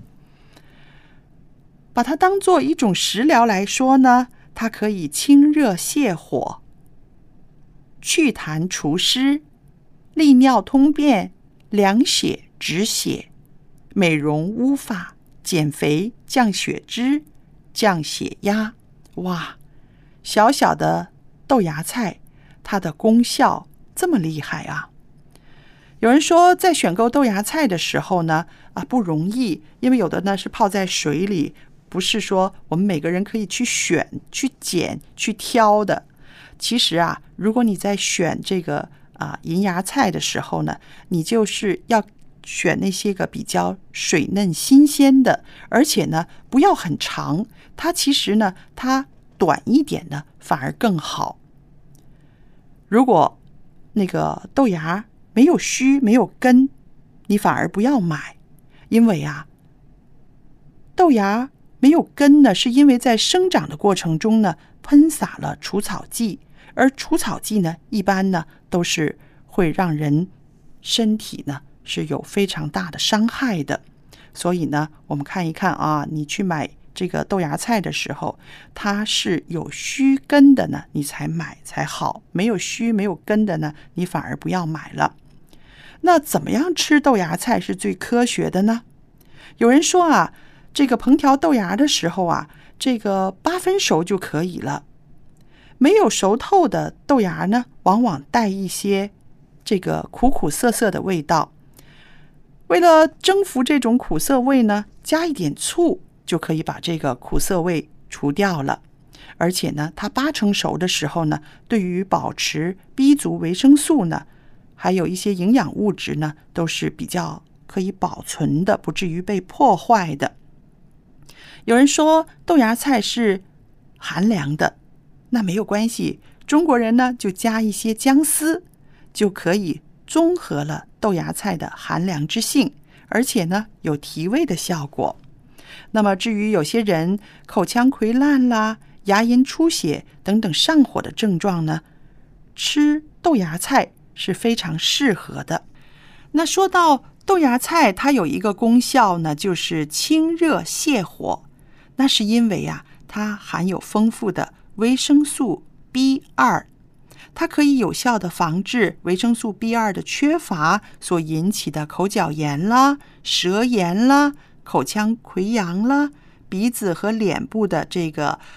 把它当做一种食疗来说呢，它可以清热泻火、祛痰除湿、利尿通便、凉血止血、美容乌发、减肥降血脂、降血压。哇，小小的豆芽菜它的功效这么厉害啊！有人说在选购豆芽菜的时候呢啊不容易，因为有的呢是泡在水里，不是说我们每个人可以去选、去捡、去挑的。其实啊，如果你在选这个啊银芽菜的时候呢，你就是要选那些个比较水嫩新鲜的，而且呢不要很长，它其实呢它短一点呢反而更好。如果那个豆芽没有须没有根，你反而不要买，因为啊豆芽没有根呢，是因为在生长的过程中呢喷洒了除草剂，而除草剂呢一般呢都是会让人身体呢是有非常大的伤害的。所以呢我们看一看啊，你去买这个豆芽菜的时候，它是有须根的呢你才买才好，没有须没有根的呢你反而不要买了。那怎么样吃豆芽菜是最科学的呢？有人说啊，这个烹调豆芽的时候啊，这个八分熟就可以了。没有熟透的豆芽呢，往往带一些这个苦苦涩涩的味道。为了征服这种苦涩味呢，加一点醋就可以把这个苦涩味除掉了。而且呢，它八成熟的时候呢，对于保持 B 族维生素呢，还有一些营养物质呢，都是比较可以保存的，不至于被破坏的。有人说豆芽菜是寒凉的，那没有关系，中国人呢就加一些姜丝，就可以中和了豆芽菜的寒凉之性，而且呢有提味的效果。那么至于有些人口腔溃烂啦、牙龈出血等等上火的症状呢，吃豆芽菜是非常适合的。那说到豆芽菜，它有一个功效呢，就是清热泻火。那是因为啊，它含有丰富的维生素 B 二， 它可以有效的防治维生素 B 二 的缺乏所引起的口角炎啦、舌炎啦、口腔溃疡啦、鼻子和脸部的这个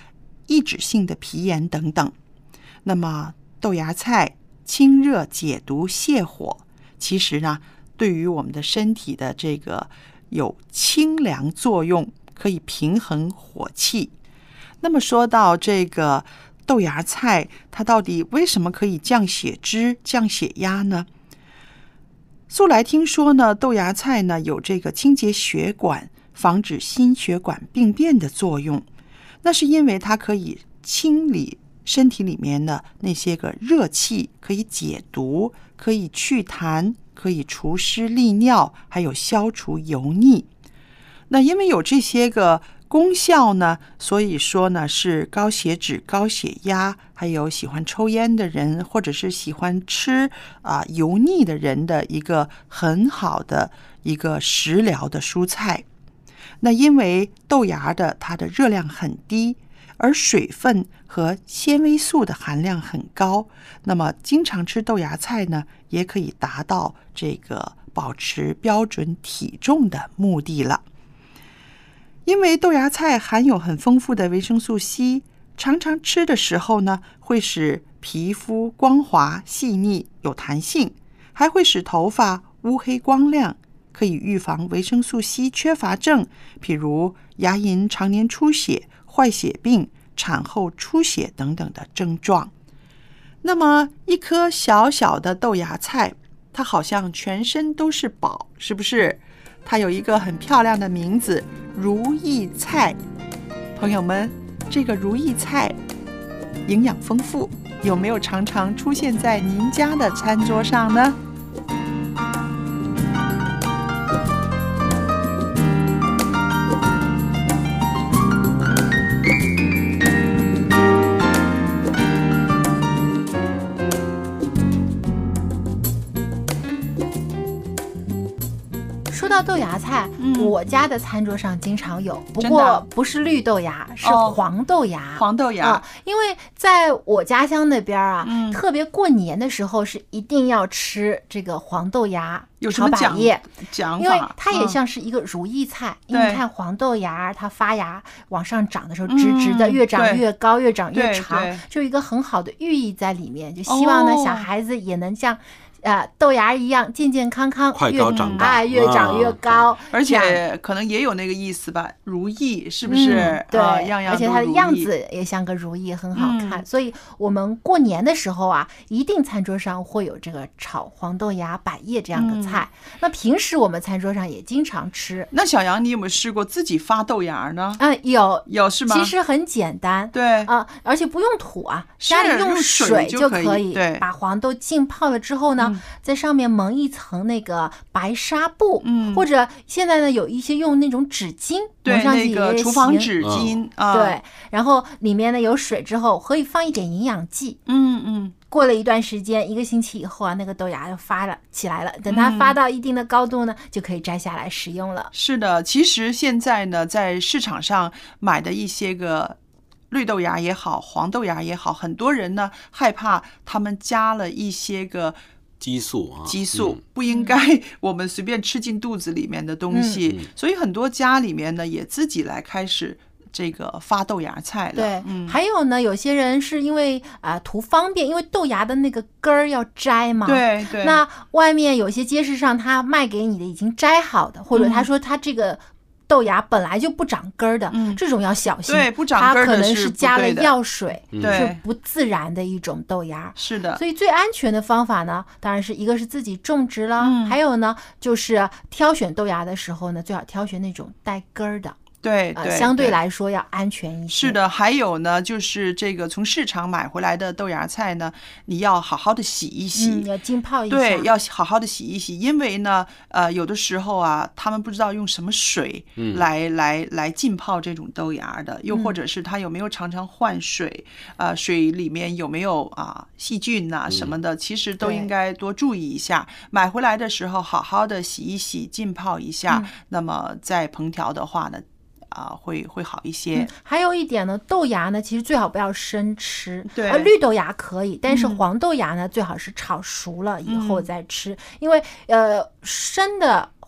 抑制性的皮炎等等。那么豆芽菜清热解毒泻火，其实呢对于我们的身体的这个有清凉作用，可以平衡火气。那么说到这个豆芽菜，它到底为什么可以降血脂、降血压呢？素来听说呢，豆芽菜呢有这个清洁血管、防止心血管病变的作用。那是因为它可以清理身体里面的那些个热气，可以解毒，可以祛痰，可以除湿利尿，还有消除油腻。那因为有这些个功效呢，所以说呢是高血脂、高血压，还有喜欢抽烟的人，或者是喜欢吃啊、呃、油腻的人的一个很好的一个食疗的蔬菜。那因为豆芽的它的热量很低，而水分和纤维素的含量很高，那么经常吃豆芽菜呢，也可以达到这个保持标准体重的目的了。因为豆芽菜含有很丰富的维生素 C， 常常吃的时候呢，会使皮肤光滑细腻有弹性，还会使头发乌黑光亮，可以预防维生素 C 缺乏症，譬如牙龈常年出血、坏血病、产后出血等等的症状。那么一颗小小的豆芽菜，它好像全身都是宝，是不是？它有一个很漂亮的名字，如意菜。朋友们，这个如意菜营养丰富，有没有常常出现在您家的餐桌上呢？ 说到豆芽菜、嗯、我家的餐桌上经常有，不过不是绿豆芽，是黄豆芽、 哦、黄豆芽、 嗯、因为在我家乡那边啊、 嗯、 特别过年的时候是一定要吃这个黄豆芽有什么炒百叶， 讲法？ 因为它也像是一个如意菜、嗯、因为你看黄豆芽它发芽往上长的时候直直的、嗯、越长越高，越长越长，就有一个很好的寓意在里面，就希望呢、哦、小孩子也能像呃，豆芽一样健健康康， 快高长大， 哎，越长越高、啊， 而且可能也有那个意思吧，如意是不是？ 嗯、对、 啊，样样都如意， 而且它的样子也像个如意，很好看、嗯。所以我们过年的时候啊，一定餐桌上会有这个炒黄豆芽、百叶这样的菜、嗯。那平时我们餐桌上也经常吃。 那小杨，你有没有试过自己发豆芽呢？ 啊、呃，有有是吗？ 其实很简单， 对啊、呃，而且不用土啊，家里用水就可以， 对， 把黄豆浸泡了之后呢，嗯、在上面蒙一层那个白纱布，嗯，或者现在呢有一些用那种纸巾蒙上去也行， 那个厨房纸巾、嗯、啊， 对，然后里面呢有水之后，可以放一点营养剂， 嗯嗯。 过了一段时间，一个星期以后啊，那个豆芽就发了起来了。等它发到一定的高度呢，嗯、就可以摘下来食用了。 是的，其实现在呢，在市场上买的一些个绿豆芽也好，黄豆芽也好，很多人呢害怕他们加了一些个激素啊， 激素、嗯、不应该我们随便吃进肚子里面的东西、嗯、所以很多家里面呢也自己来开始这个发豆芽菜了。 对、 嗯， 还有呢，有些人是因为啊、呃、图方便，因为豆芽的那个根儿要摘嘛。 对对。 那外面有些街市上他卖给你的已经摘好的，或者他说他这个豆芽本来就不长根儿的、嗯，这种要小心。 对，不长根儿的是不对的， 它可能是加了药水， 对， 是不自然的一种豆芽。 是的。 所以最安全的方法呢，当然是一个是自己种植了、嗯，还有呢就是挑选豆芽的时候呢，最好挑选那种带根儿的。 对对、 呃，相对来说要安全一些。 是的，还有呢，就是这个从市场买回来的豆芽菜呢，你要好好的洗一洗， 嗯、要浸泡一下。 对，要好好的洗一洗，因为呢，呃，有的时候啊，他们不知道用什么水来、嗯、来来浸泡这种豆芽的，又或者是他有没有常常换水，呃，水里面有没有啊细菌呐、啊、什么的、嗯，其实都应该多注意一下。买回来的时候好好的洗一洗，浸泡一下，嗯、那么再烹调的话呢。啊，会会好一些、嗯。 还有一点呢，豆芽呢，其实最好不要生吃。 对， 呃，绿豆芽可以，但是黄豆芽呢，嗯、最好是炒熟了以后再吃，嗯、因为呃，生的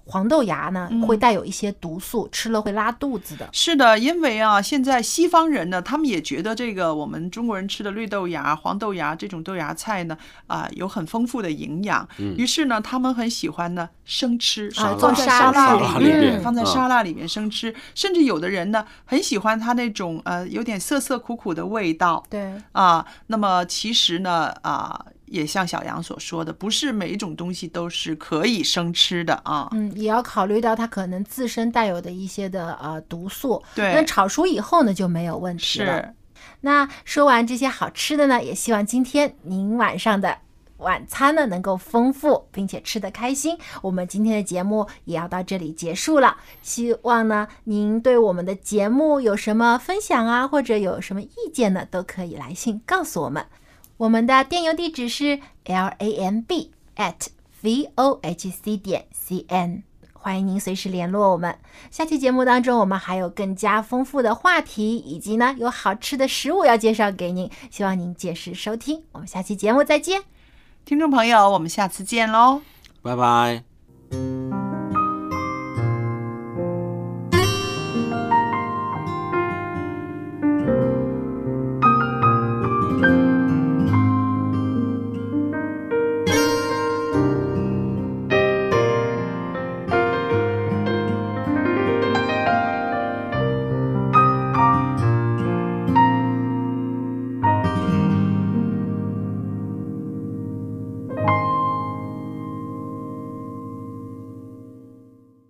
黄豆芽呢、嗯、会带有一些毒素，吃了会拉肚子的。 是的，因为啊，现在西方人呢，他们也觉得这个我们中国人吃的绿豆芽、黄豆芽这种豆芽菜呢，啊、呃，有很丰富的营养。嗯、于是呢，他们很喜欢呢生吃， 啊， 放在沙拉里面， 嗯、 放在沙拉里面生吃。嗯、甚至有的人呢，很喜欢它那种呃有点涩涩苦苦的味道。 对啊，那么其实呢，啊。也像小杨所说的，不是每一种东西都是可以生吃的啊。 嗯，也要考虑到它可能自身带有的一些的呃毒素。 对， 那炒熟以后呢就没有问题了。 是。 那说完这些好吃的呢，也希望今天您晚上的晚餐呢能够丰富，并且吃得开心。我们今天的节目也要到这里结束了。希望呢您对我们的节目有什么分享啊，或者有什么意见呢，都可以来信告诉我们。我们的电邮地址是 lamb at vohc 点 cn， 欢迎您随时联络我们。下期节目当中，我们还有更加丰富的话题，以及呢有好吃的食物要介绍给您，希望您届时收听。我们下期节目再见， 听众朋友，我们下次见喽， 拜拜。